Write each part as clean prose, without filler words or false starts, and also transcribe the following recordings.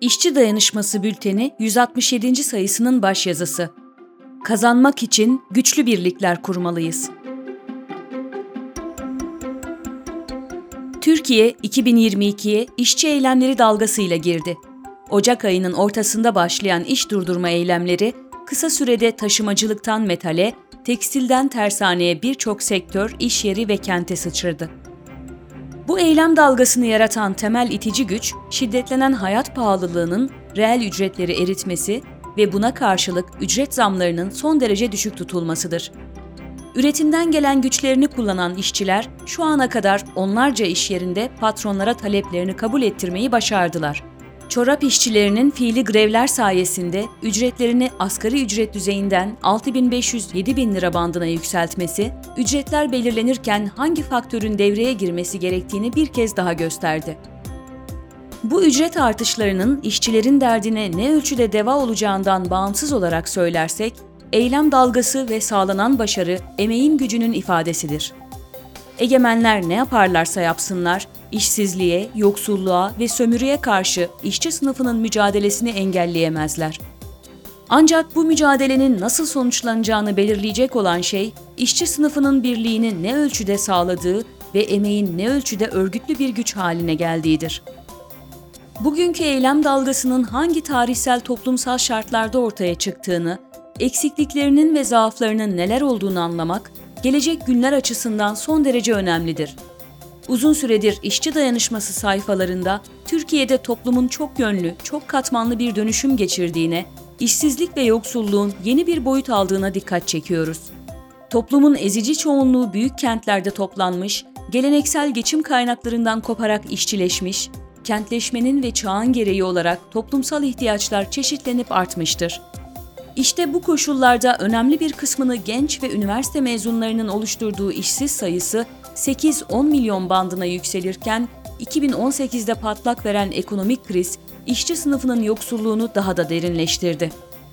İşçi Dayanışması Bülteni 167. sayısının başyazısı. Kazanmak için güçlü birlikler kurmalıyız. Türkiye 2022'ye işçi eylemleri dalgasıyla girdi. Ocak ayının ortasında başlayan iş durdurma eylemleri kısa sürede taşımacılıktan metale, tekstilden tersaneye birçok sektör, iş yeri ve kente sıçradı. Bu eylem dalgasını yaratan temel itici güç, şiddetlenen hayat pahalılığının reel ücretleri eritmesi ve buna karşılık ücret zamlarının son derece düşük tutulmasıdır. Üretimden gelen güçlerini kullanan işçiler şu ana kadar onlarca iş yerinde patronlara taleplerini kabul ettirmeyi başardılar. Çorap işçilerinin fiili grevler sayesinde ücretlerini asgari ücret düzeyinden 6.500-7.000 lira bandına yükseltmesi, ücretler belirlenirken hangi faktörün devreye girmesi gerektiğini bir kez daha gösterdi. Bu ücret artışlarının işçilerin derdine ne ölçüde deva olacağından bağımsız olarak söylersek, eylem dalgası ve sağlanan başarı emeğin gücünün ifadesidir. Egemenler ne yaparlarsa yapsınlar, işsizliğe, yoksulluğa ve sömürüye karşı işçi sınıfının mücadelesini engelleyemezler. Ancak bu mücadelenin nasıl sonuçlanacağını belirleyecek olan şey, işçi sınıfının birliğini ne ölçüde sağladığı ve emeğin ne ölçüde örgütlü bir güç haline geldiğidir. Bugünkü eylem dalgasının hangi tarihsel toplumsal şartlarda ortaya çıktığını, eksikliklerinin ve zaaflarının neler olduğunu anlamak, gelecek günler açısından son derece önemlidir. Uzun süredir işçi dayanışması sayfalarında Türkiye'de toplumun çok yönlü, çok katmanlı bir dönüşüm geçirdiğine, işsizlik ve yoksulluğun yeni bir boyut aldığına dikkat çekiyoruz. Toplumun ezici çoğunluğu büyük kentlerde toplanmış, geleneksel geçim kaynaklarından koparak işçileşmiş, kentleşmenin ve çağın gereği olarak toplumsal ihtiyaçlar çeşitlenip artmıştır. İşte bu koşullarda önemli bir kısmını genç ve üniversite mezunlarının oluşturduğu işsiz sayısı 8-10 milyon bandına yükselirken 2018'de patlak veren ekonomik kriz işçi sınıfının yoksulluğunu daha da derinleştirdi.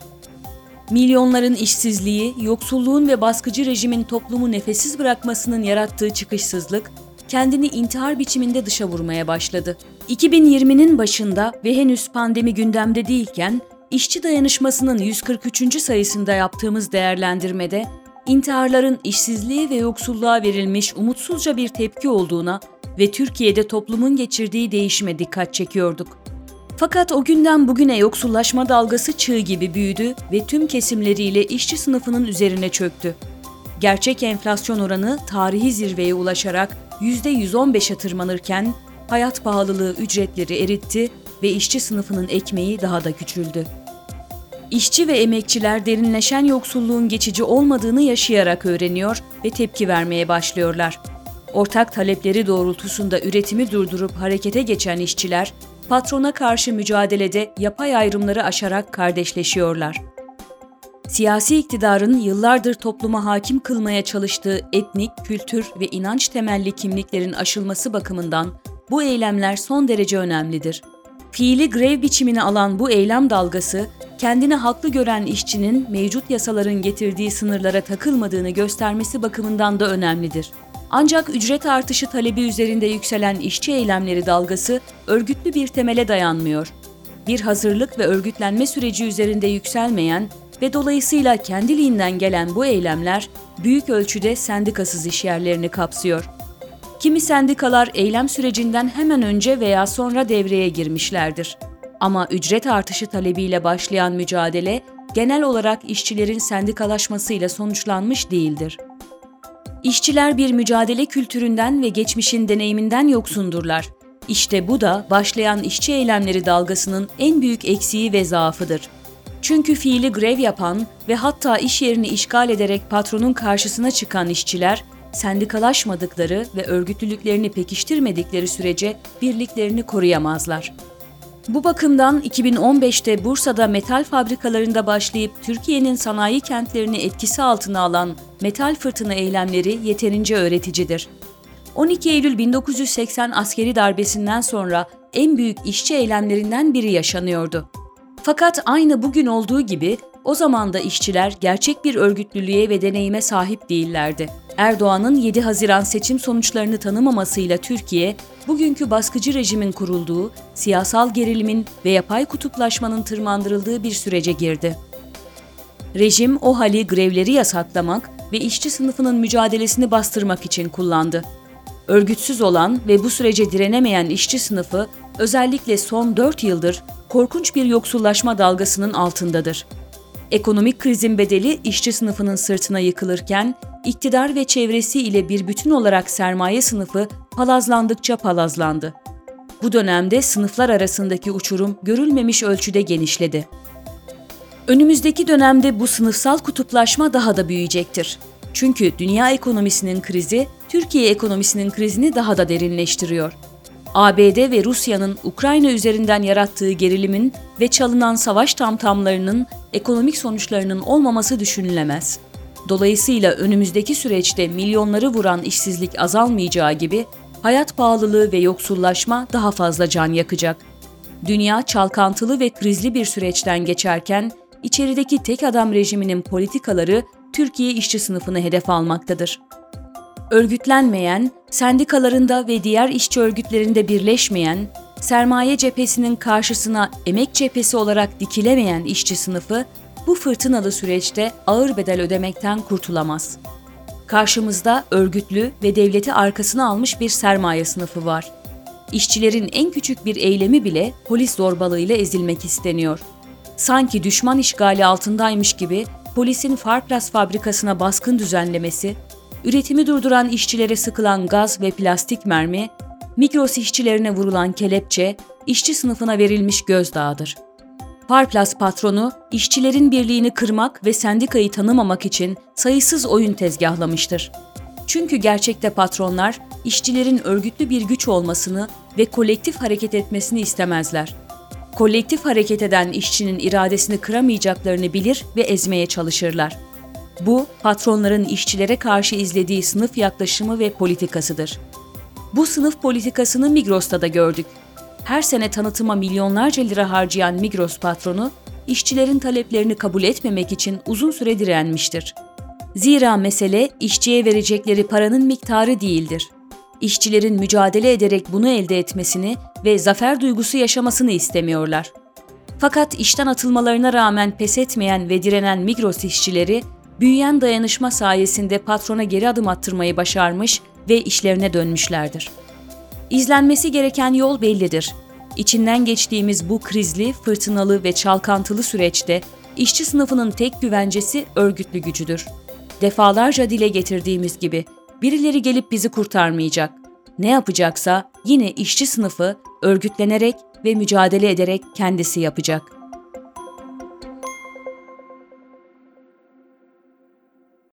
Milyonların işsizliği, yoksulluğun ve baskıcı rejimin toplumu nefessiz bırakmasının yarattığı çıkışsızlık, kendini intihar biçiminde dışa vurmaya başladı. 2020'nin başında ve henüz pandemi gündemde değilken, İşçi Dayanışması'nın 143. sayısında yaptığımız değerlendirmede, intiharların işsizliğe ve yoksulluğa verilmiş umutsuzca bir tepki olduğuna ve Türkiye'de toplumun geçirdiği değişime dikkat çekiyorduk. Fakat o günden bugüne yoksullaşma dalgası çığ gibi büyüdü ve tüm kesimleriyle işçi sınıfının üzerine çöktü. Gerçek enflasyon oranı tarihi zirveye ulaşarak %115'e tırmanırken, hayat pahalılığı ücretleri eritti ve işçi sınıfının ekmeği daha da küçüldü. İşçi ve emekçiler derinleşen yoksulluğun geçici olmadığını yaşayarak öğreniyor ve tepki vermeye başlıyorlar. Ortak talepleri doğrultusunda üretimi durdurup harekete geçen işçiler, patrona karşı mücadelede yapay ayrımları aşarak kardeşleşiyorlar. Siyasi iktidarın yıllardır topluma hakim kılmaya çalıştığı etnik, kültür ve inanç temelli kimliklerin aşılması bakımından bu eylemler son derece önemlidir. Fiili grev biçimini alan bu eylem dalgası, kendini haklı gören işçinin mevcut yasaların getirdiği sınırlara takılmadığını göstermesi bakımından da önemlidir. Ancak ücret artışı talebi üzerinde yükselen işçi eylemleri dalgası örgütlü bir temele dayanmıyor. Bir hazırlık ve örgütlenme süreci üzerinde yükselmeyen ve dolayısıyla kendiliğinden gelen bu eylemler büyük ölçüde sendikasız işyerlerini kapsıyor. Kimi sendikalar eylem sürecinden hemen önce veya sonra devreye girmişlerdir. Ama ücret artışı talebiyle başlayan mücadele genel olarak işçilerin sendikalaşmasıyla sonuçlanmış değildir. İşçiler bir mücadele kültüründen ve geçmişin deneyiminden yoksundurlar. İşte bu da başlayan işçi eylemleri dalgasının en büyük eksiği ve zaafıdır. Çünkü fiili grev yapan ve hatta iş yerini işgal ederek patronun karşısına çıkan işçiler, sendikalaşmadıkları ve örgütlülüklerini pekiştirmedikleri sürece birliklerini koruyamazlar. Bu bakımdan 2015'te Bursa'da metal fabrikalarında başlayıp Türkiye'nin sanayi kentlerini etkisi altına alan metal fırtına eylemleri yeterince öğreticidir. 12 Eylül 1980 askeri darbesinden sonra en büyük işçi eylemlerinden biri yaşanıyordu. Fakat aynı bugün olduğu gibi o zaman da işçiler gerçek bir örgütlülüğe ve deneyime sahip değillerdi. Erdoğan'ın 7 Haziran seçim sonuçlarını tanımamasıyla Türkiye, bugünkü baskıcı rejimin kurulduğu, siyasal gerilimin ve yapay kutuplaşmanın tırmandırıldığı bir sürece girdi. Rejim o hali grevleri yasaklamak ve işçi sınıfının mücadelesini bastırmak için kullandı. Örgütsüz olan ve bu sürece direnemeyen işçi sınıfı özellikle son 4 yıldır korkunç bir yoksullaşma dalgasının altındadır. Ekonomik krizin bedeli işçi sınıfının sırtına yıkılırken, iktidar ve çevresi ile bir bütün olarak sermaye sınıfı palazlandıkça palazlandı. Bu dönemde sınıflar arasındaki uçurum görülmemiş ölçüde genişledi. Önümüzdeki dönemde bu sınıfsal kutuplaşma daha da büyüyecektir. Çünkü dünya ekonomisinin krizi, Türkiye ekonomisinin krizini daha da derinleştiriyor. ABD ve Rusya'nın Ukrayna üzerinden yarattığı gerilimin ve çalınan savaş tamtamlarının ekonomik sonuçlarının olmaması düşünülemez. Dolayısıyla önümüzdeki süreçte milyonları vuran işsizlik azalmayacağı gibi hayat pahalılığı ve yoksullaşma daha fazla can yakacak. Dünya çalkantılı ve krizli bir süreçten geçerken içerideki tek adam rejiminin politikaları Türkiye işçi sınıfını hedef almaktadır. Örgütlenmeyen, sendikalarında ve diğer işçi örgütlerinde birleşmeyen, sermaye cephesinin karşısına emek cephesi olarak dikilemeyen işçi sınıfı bu fırtınalı süreçte ağır bedel ödemekten kurtulamaz. Karşımızda örgütlü ve devleti arkasına almış bir sermaye sınıfı var. İşçilerin en küçük bir eylemi bile polis zorbalığıyla ezilmek isteniyor. Sanki düşman işgali altındaymış gibi polisin Farplas fabrikasına baskın düzenlemesi, üretimi durduran işçilere sıkılan gaz ve plastik mermi, Migros işçilerine vurulan kelepçe, işçi sınıfına verilmiş gözdağıdır. Farplas patronu, işçilerin birliğini kırmak ve sendikayı tanımamak için sayısız oyun tezgahlamıştır. Çünkü gerçekte patronlar, işçilerin örgütlü bir güç olmasını ve kolektif hareket etmesini istemezler. Kolektif hareket eden işçinin iradesini kıramayacaklarını bilir ve ezmeye çalışırlar. Bu, patronların işçilere karşı izlediği sınıf yaklaşımı ve politikasıdır. Bu sınıf politikasını Migros'ta da gördük. Her sene tanıtıma milyonlarca lira harcayan Migros patronu, işçilerin taleplerini kabul etmemek için uzun süre direnmiştir. Zira mesele işçiye verecekleri paranın miktarı değildir. İşçilerin mücadele ederek bunu elde etmesini ve zafer duygusu yaşamasını istemiyorlar. Fakat işten atılmalarına rağmen pes etmeyen ve direnen Migros işçileri, büyüyen dayanışma sayesinde patrona geri adım attırmayı başarmış ve işlerine dönmüşlerdir. İzlenmesi gereken yol bellidir. İçinden geçtiğimiz bu krizli, fırtınalı ve çalkantılı süreçte işçi sınıfının tek güvencesi örgütlü gücüdür. Defalarca dile getirdiğimiz gibi birileri gelip bizi kurtarmayacak. Ne yapacaksa yine işçi sınıfı örgütlenerek ve mücadele ederek kendisi yapacak.